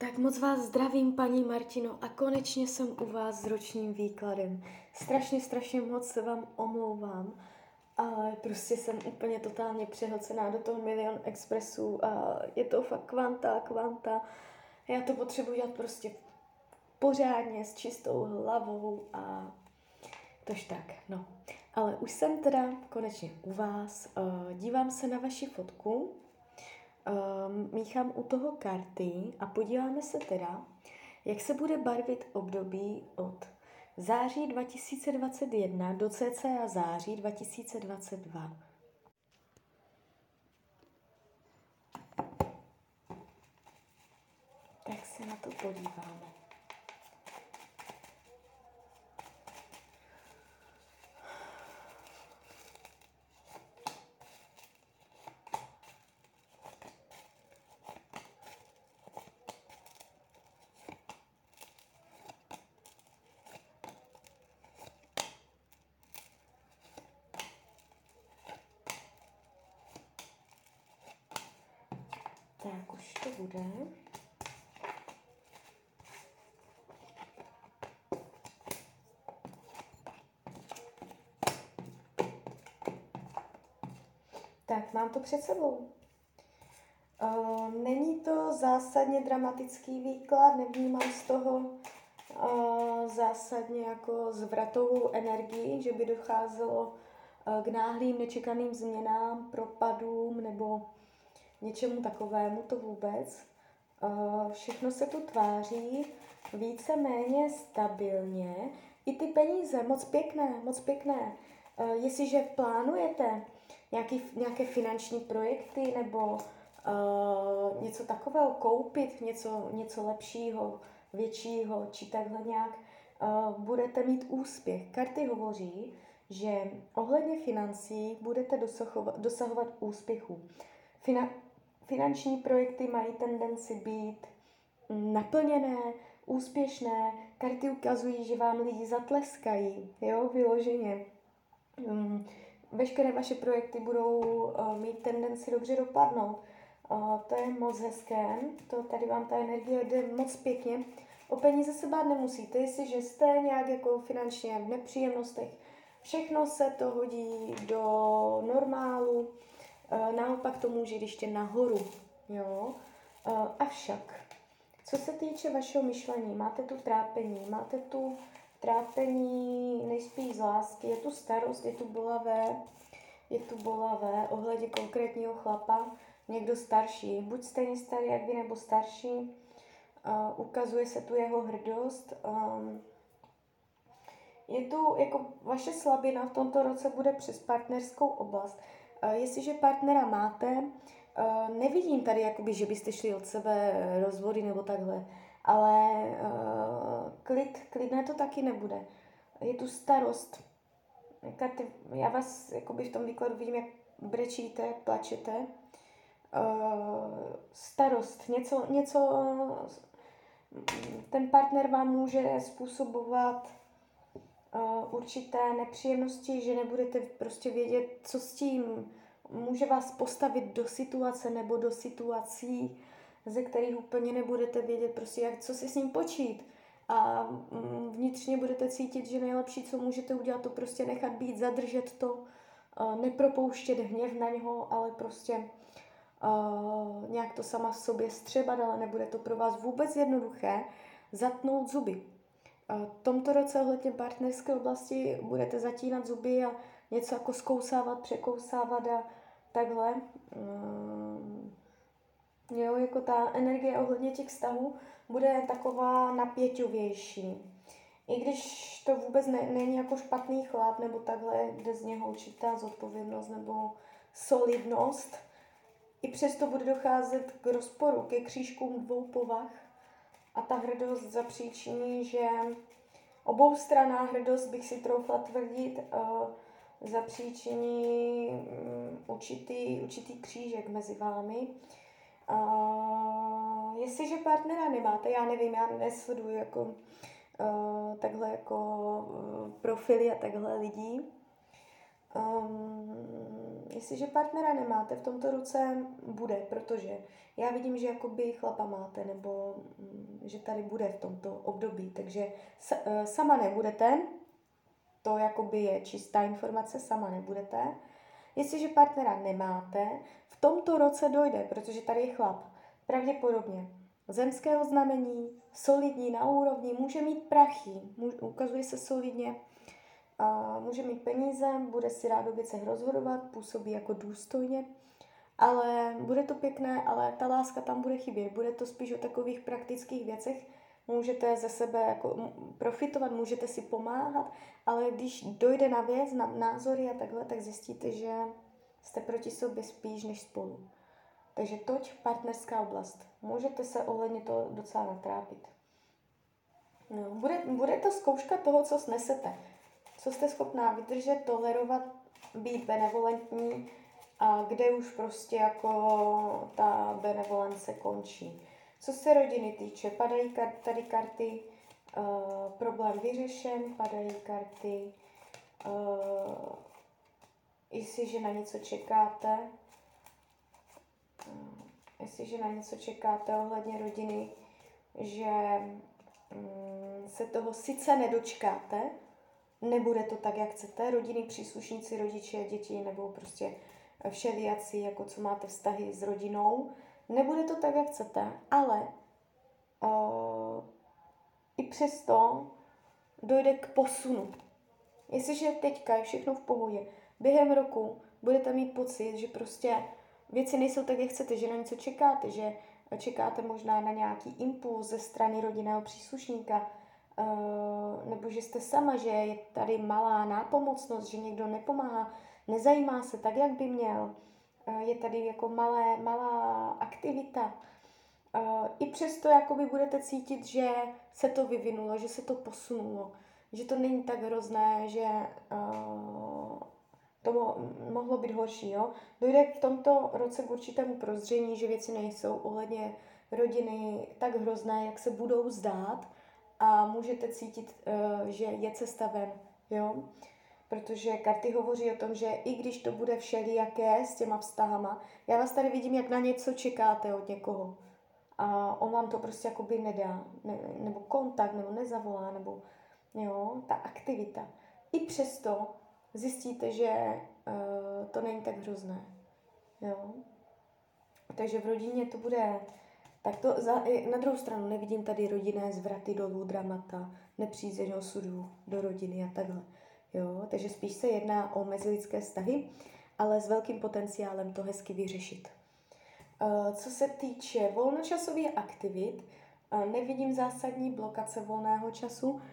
Tak moc vás zdravím, paní Martino, a konečně jsem u vás s ročním výkladem. Strašně moc se vám omlouvám, ale prostě jsem úplně totálně přehlcená do toho Milion Expressů a je to fakt kvanta. Já to potřebuji dělat prostě pořádně, s čistou hlavou a tož tak, no. Ale už jsem teda konečně u vás, dívám se na vaši fotku, míchám u toho karty a podíváme se teda, jak se bude barvit období od září 2021 do cca září 2022. Tak se na to podíváme. Tak už to bude. Tak, mám to před sebou. Není to zásadně dramatický výklad, nevnímám z toho zásadně jako zvratovou energii, že by docházelo k náhlým, nečekaným změnám, propadům nebo něčemu takovému, to vůbec. Všechno se tu tváří víceméně stabilně. I ty peníze, moc pěkné. Jestliže plánujete nějaké finanční projekty nebo něco takového koupit, něco lepšího, většího, či takhle nějak, budete mít úspěch. Karty hovoří, že ohledně financí budete dosahovat úspěchu. Finanční projekty mají tendenci být naplněné, úspěšné. Karty ukazují, že vám lidi zatleskají, jo, vyloženě. Veškeré vaše projekty budou mít tendenci dobře dopadnout. To je moc hezké, tady vám ta energie jde moc pěkně. O peníze se bát nemusíte, jestliže jste nějak jako finančně v nepříjemnostech, všechno se to hodí do normálu, naopak to může jít ještě nahoru, jo. Avšak, co se týče vašeho myšlení, máte tu trápení nejspíš z lásky, je tu starost, je tu bolavé ohledně konkrétního chlapa, někdo starší, buď stejně starý jak vy, nebo starší, ukazuje se tu jeho hrdost. Je tu jako vaše slabina v tomto roce bude přes partnerskou oblast. Jestliže partnera máte, nevidím tady, jakoby, že byste šli od sebe rozvody nebo takhle, ale klidné to taky nebude. Je tu starost. Já vás jakoby v tom výkladu vidím, jak brečíte, jak plačete. Starost, něco, ten partner vám může způsobovat určité nepříjemnosti, že nebudete prostě vědět, co s tím. Může vás postavit do situace nebo do situací, ze kterých úplně nebudete vědět, prostě co si s ním počít. A vnitřně budete cítit, že nejlepší, co můžete udělat, to prostě nechat být, zadržet to, nepropouštět hněv na něho, ale prostě nějak to sama v sobě střebat, ale nebude to pro vás vůbec jednoduché zatnout zuby. V tomto roce ohledně partnerské oblasti budete zatínat zuby a něco jako zkousávat, překousávat a takhle. Jo, jako ta energie ohledně těch vztahů bude taková napěťovější. I když to vůbec není jako špatný chlap, nebo takhle, jde z něho určitá zodpovědnost nebo solidnost, i přesto bude docházet k rozporu, ke křížkům dvou povah. A ta hrdost zapříčiní, že oboustranná hrdost, bych si troufla tvrdit, zapříčiní určitý křížek mezi vámi. Jestliže partnera nemáte, já nevím, já nesleduji jako takhle jako profily a takhle lidí. Jestliže partnera nemáte, v tomto roce bude, protože já vidím, že jakoby chlapa máte, nebo že tady bude v tomto období, takže sama nebudete, to jakoby je čistá informace, sama nebudete. Jestliže partnera nemáte, v tomto roce dojde, protože tady je chlap, pravděpodobně zemského znamení, solidní na úrovni, může mít prachy, ukazuje se solidně, může mít peníze, bude si rád o věcech rozhodovat, působí jako důstojně, ale bude to pěkné, ale ta láska tam bude chybět. Bude to spíš o takových praktických věcech, můžete ze sebe jako profitovat, můžete si pomáhat, ale když dojde na věc, na názory a takhle, tak zjistíte, že jste proti sobě spíš než spolu. Takže toť partnerská oblast. Můžete se ohledně toho docela natrápit. No, bude to zkouška toho, co snesete. Co jste schopná vydržet, tolerovat, být benevolentní a kde už prostě jako ta benevolence končí. Co se rodiny týče, padají tady karty problém vyřešen, padají karty jestliže na něco čekáte, ohledně rodiny, že se toho sice nedočkáte, nebude to tak, jak chcete, rodiny, příslušníci, rodiče, děti nebo prostě všelijací, jako co máte vztahy s rodinou, nebude to tak, jak chcete, ale i přesto dojde k posunu. Jestliže teďka je všechno v pohodě, během roku budete mít pocit, že prostě věci nejsou tak, jak chcete, že na něco čekáte, že čekáte možná na nějaký impuls ze strany rodinného příslušníka, nebo že jste sama, že je tady malá nápomocnost, že někdo nepomáhá, nezajímá se tak, jak by měl, je tady jako malá aktivita. I přesto jakoby budete cítit, že se to vyvinulo, že se to posunulo, že to není tak hrozné, že to mohlo být horší. Jo? Dojde v tomto roce k určitému prozření, že věci nejsou ohledně rodiny tak hrozné, jak se budou zdát a můžete cítit, že je cesta ven. Jo? Protože karty hovoří o tom, že i když to bude všelijaké s těma vztahama, já vás tady vidím, jak na něco čekáte od někoho. A on vám to prostě jakoby nedá, nebo kontakt, nebo nezavolá, nebo jo, ta aktivita. I přesto zjistíte, že to není tak hrozné. Jo. Takže v rodině to bude takto. Na druhou stranu nevidím tady rodinné zvraty dolů, dramata, nepřízeň osudu do rodiny a takhle. Jo. Takže spíš se jedná o mezilidské vztahy, ale s velkým potenciálem to hezky vyřešit. Co se týče volnočasových aktivit, nevidím zásadní blokace volného času.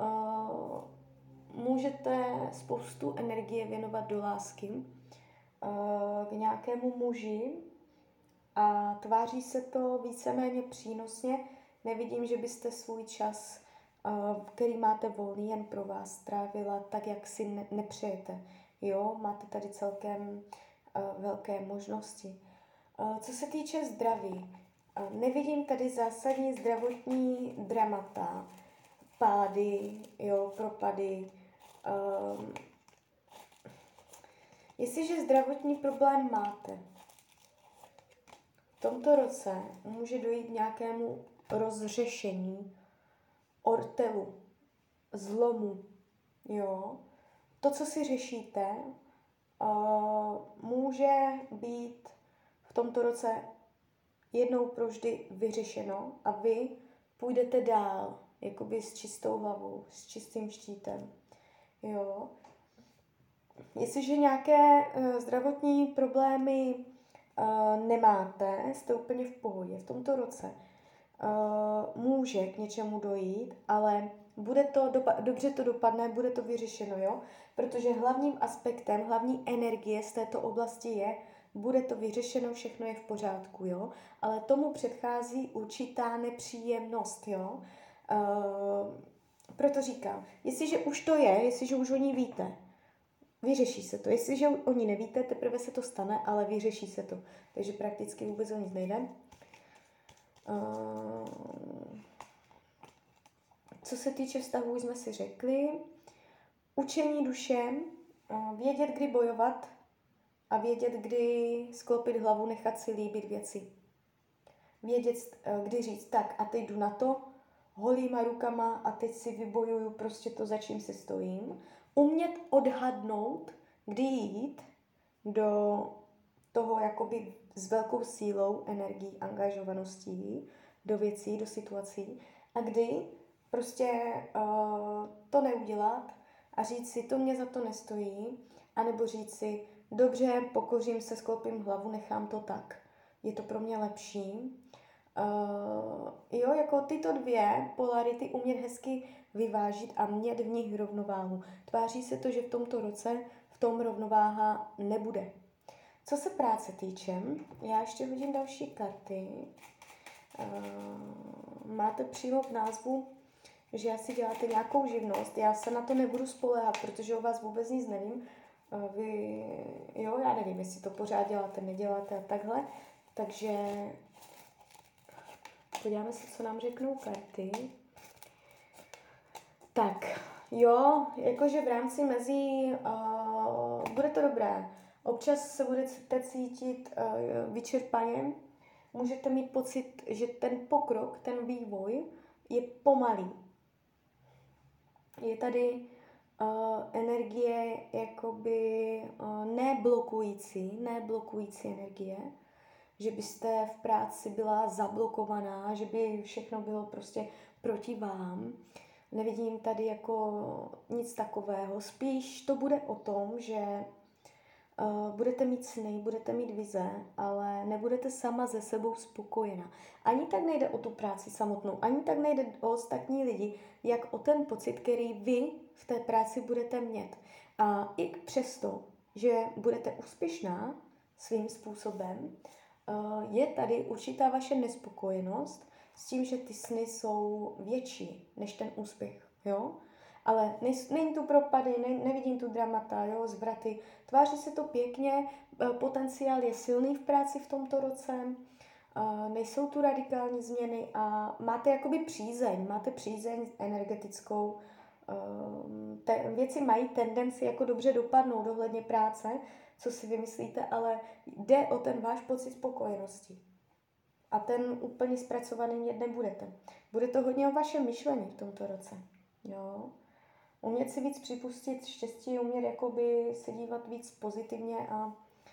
Můžete spoustu energie věnovat do lásky k nějakému muži a tváří se to víceméně přínosně. Nevidím, že byste svůj čas, který máte volný jen pro vás, strávila tak, jak si nepřejete. Jo, máte tady celkem velké možnosti. Co se týče zdraví, nevidím tady zásadní zdravotní dramata, pády, jo, propady. Jestliže zdravotní problém máte, v tomto roce může dojít k nějakému rozřešení, ortelu, zlomu. Jo. To, co si řešíte, může být v tomto roce jednou provždy vyřešeno a vy půjdete dál, jakoby s čistou hlavou, s čistým štítem. Jo. Jestliže nějaké zdravotní problémy nemáte, jste úplně v pohodě. V tomto roce může k něčemu dojít, ale bude to dobře to dopadne, bude to vyřešeno, jo? Protože hlavním aspektem, hlavní energie z této oblasti je, bude to vyřešeno, všechno je v pořádku, jo? Ale tomu předchází určitá nepříjemnost, jo? Proto říkám, jestliže už to je, jestliže už o ní víte, vyřeší se to. Jestliže o ní nevíte, teprve se to stane, ale vyřeší se to. Takže prakticky vůbec o nic nejde. Co se týče vztahů, jsme si řekli. Učení duše, vědět, kdy bojovat, a vědět, kdy sklopit hlavu, nechat si líbit věci. Vědět, kdy říct, tak a teď jdu na to, holýma rukama a teď si vybojuju prostě to, za čím si stojím. Umět odhadnout, kdy jít do toho jakoby s velkou sílou, energií, angažovaností do věcí, do situací a kdy prostě to neudělat a říct si, to mě za to nestojí, anebo říct si, dobře, pokořím se, sklopím hlavu, nechám to tak. Je to pro mě lepší. Jo, jako tyto dvě polarity umět hezky vyvážit a mít v nich rovnováhu. Tváří se to, že v tomto roce v tom rovnováha nebude. Co se práce týče, já ještě hodím další karty. Máte přímo v názvu, že asi děláte nějakou živnost. Já se na to nebudu spoléhat, protože o vás vůbec nic nevím. Já nevím, jestli to pořád děláte, neděláte a takhle. Takže podíváme se, co nám řeknou karty. Tak, jo, jakože v rámci mezí bude to dobré. Občas se budete cítit vyčerpaně. Můžete mít pocit, že ten pokrok, ten vývoj je pomalý. Je tady energie jakoby neblokující energie, že byste v práci byla zablokovaná, že by všechno bylo prostě proti vám. Nevidím tady jako nic takového. Spíš to bude o tom, že budete mít sny, budete mít vize, ale nebudete sama ze sebou spokojená. Ani tak nejde o tu práci samotnou, ani tak nejde o ostatní lidi, jak o ten pocit, který vy v té práci budete mít. A i přesto, že budete úspěšná svým způsobem, je tady určitá vaše nespokojenost s tím, že ty sny jsou větší než ten úspěch, jo? Ale není tu propady, nevidím tu dramata, jo, zvraty. Tváří se to pěkně, potenciál je silný v práci v tomto roce, nejsou tu radikální změny a máte jakoby přízeň energetickou. Věci mají tendenci jako dobře dopadnout ohledně práce, co si vymyslíte, ale jde o ten váš pocit spokojenosti. A ten úplně zpracovaný mít nebudete. Bude to hodně o vašem myšlení v tomto roce, jo. Umět si víc připustit štěstí, umět jakoby se dívat víc pozitivně a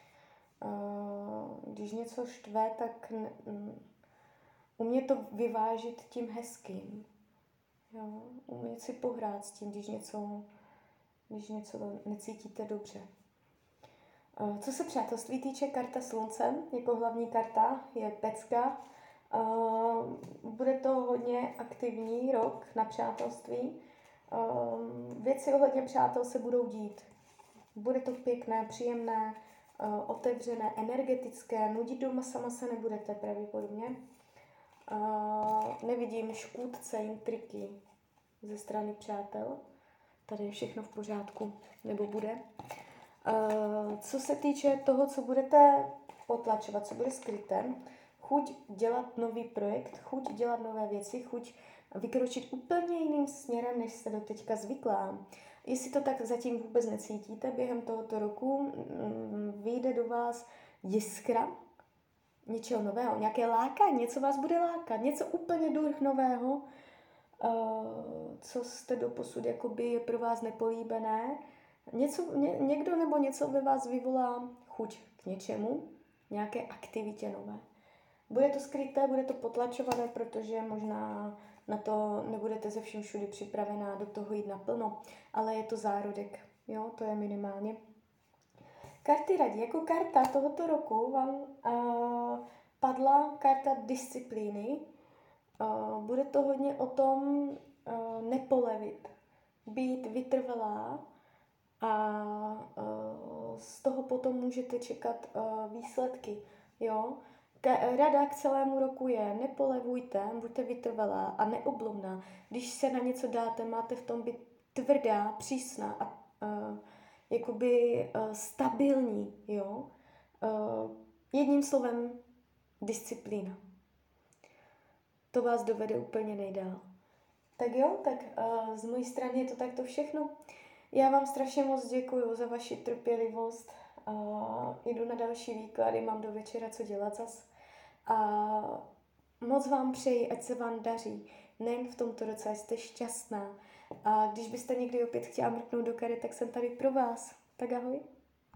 když něco štve, tak umět to vyvážit tím hezkým. Jo? Umět si pohrát s tím, když něco necítíte dobře. Co se přátelství týče, karta slunce, jako hlavní karta je pecka. Bude to hodně aktivní rok na přátelství. Věci ohledně přátel se budou dít. Bude to pěkné, příjemné, otevřené, energetické. Nudit doma sama se nebudete pravděpodobně. Nevidím škůdce, intriky ze strany přátel. Tady je všechno v pořádku, nebo bude. Co se týče toho, co budete potlačovat, co bude skryté, chuť dělat nový projekt, chuť dělat nové věci, chuť vykročit úplně jiným směrem, než jste doteďka zvyklá. Jestli to tak zatím vůbec necítíte, během tohoto roku vyjde do vás jiskra něčeho nového, nějaké lákání, něco vás bude lákat, něco úplně druh nového, co jste doposud jakoby je pro vás nepolíbené. Někdo nebo něco ve vás vyvolá chuť k něčemu, nějaké aktivitě nové. Bude to skryté, bude to potlačované, protože možná na to nebudete ze vším všudy připravená do toho jít naplno, ale je to zárodek, jo, to je minimálně. Karty radí, jako karta tohoto roku vám padla karta disciplíny. Bude to hodně o tom nepolevit, být vytrvalá a z toho potom můžete čekat výsledky, jo. Rada k celému roku je nepolevujte, buďte vytrvalá a neoblomná. Když se na něco dáte, máte v tom být tvrdá, přísná a stabilní, jo. Jedním slovem disciplína. To vás dovede úplně nejdál. Tak jo, tak z mojí strany je to takto všechno. Já vám strašně moc děkuju za vaši trpělivost jdu na další výklady, mám do večera co dělat zas. A moc vám přeji, ať se vám daří, nejen v tomto roce, ať jste šťastná. A když byste někdy opět chtěla mrknout do karet, tak jsem tady pro vás. Tak ahoj.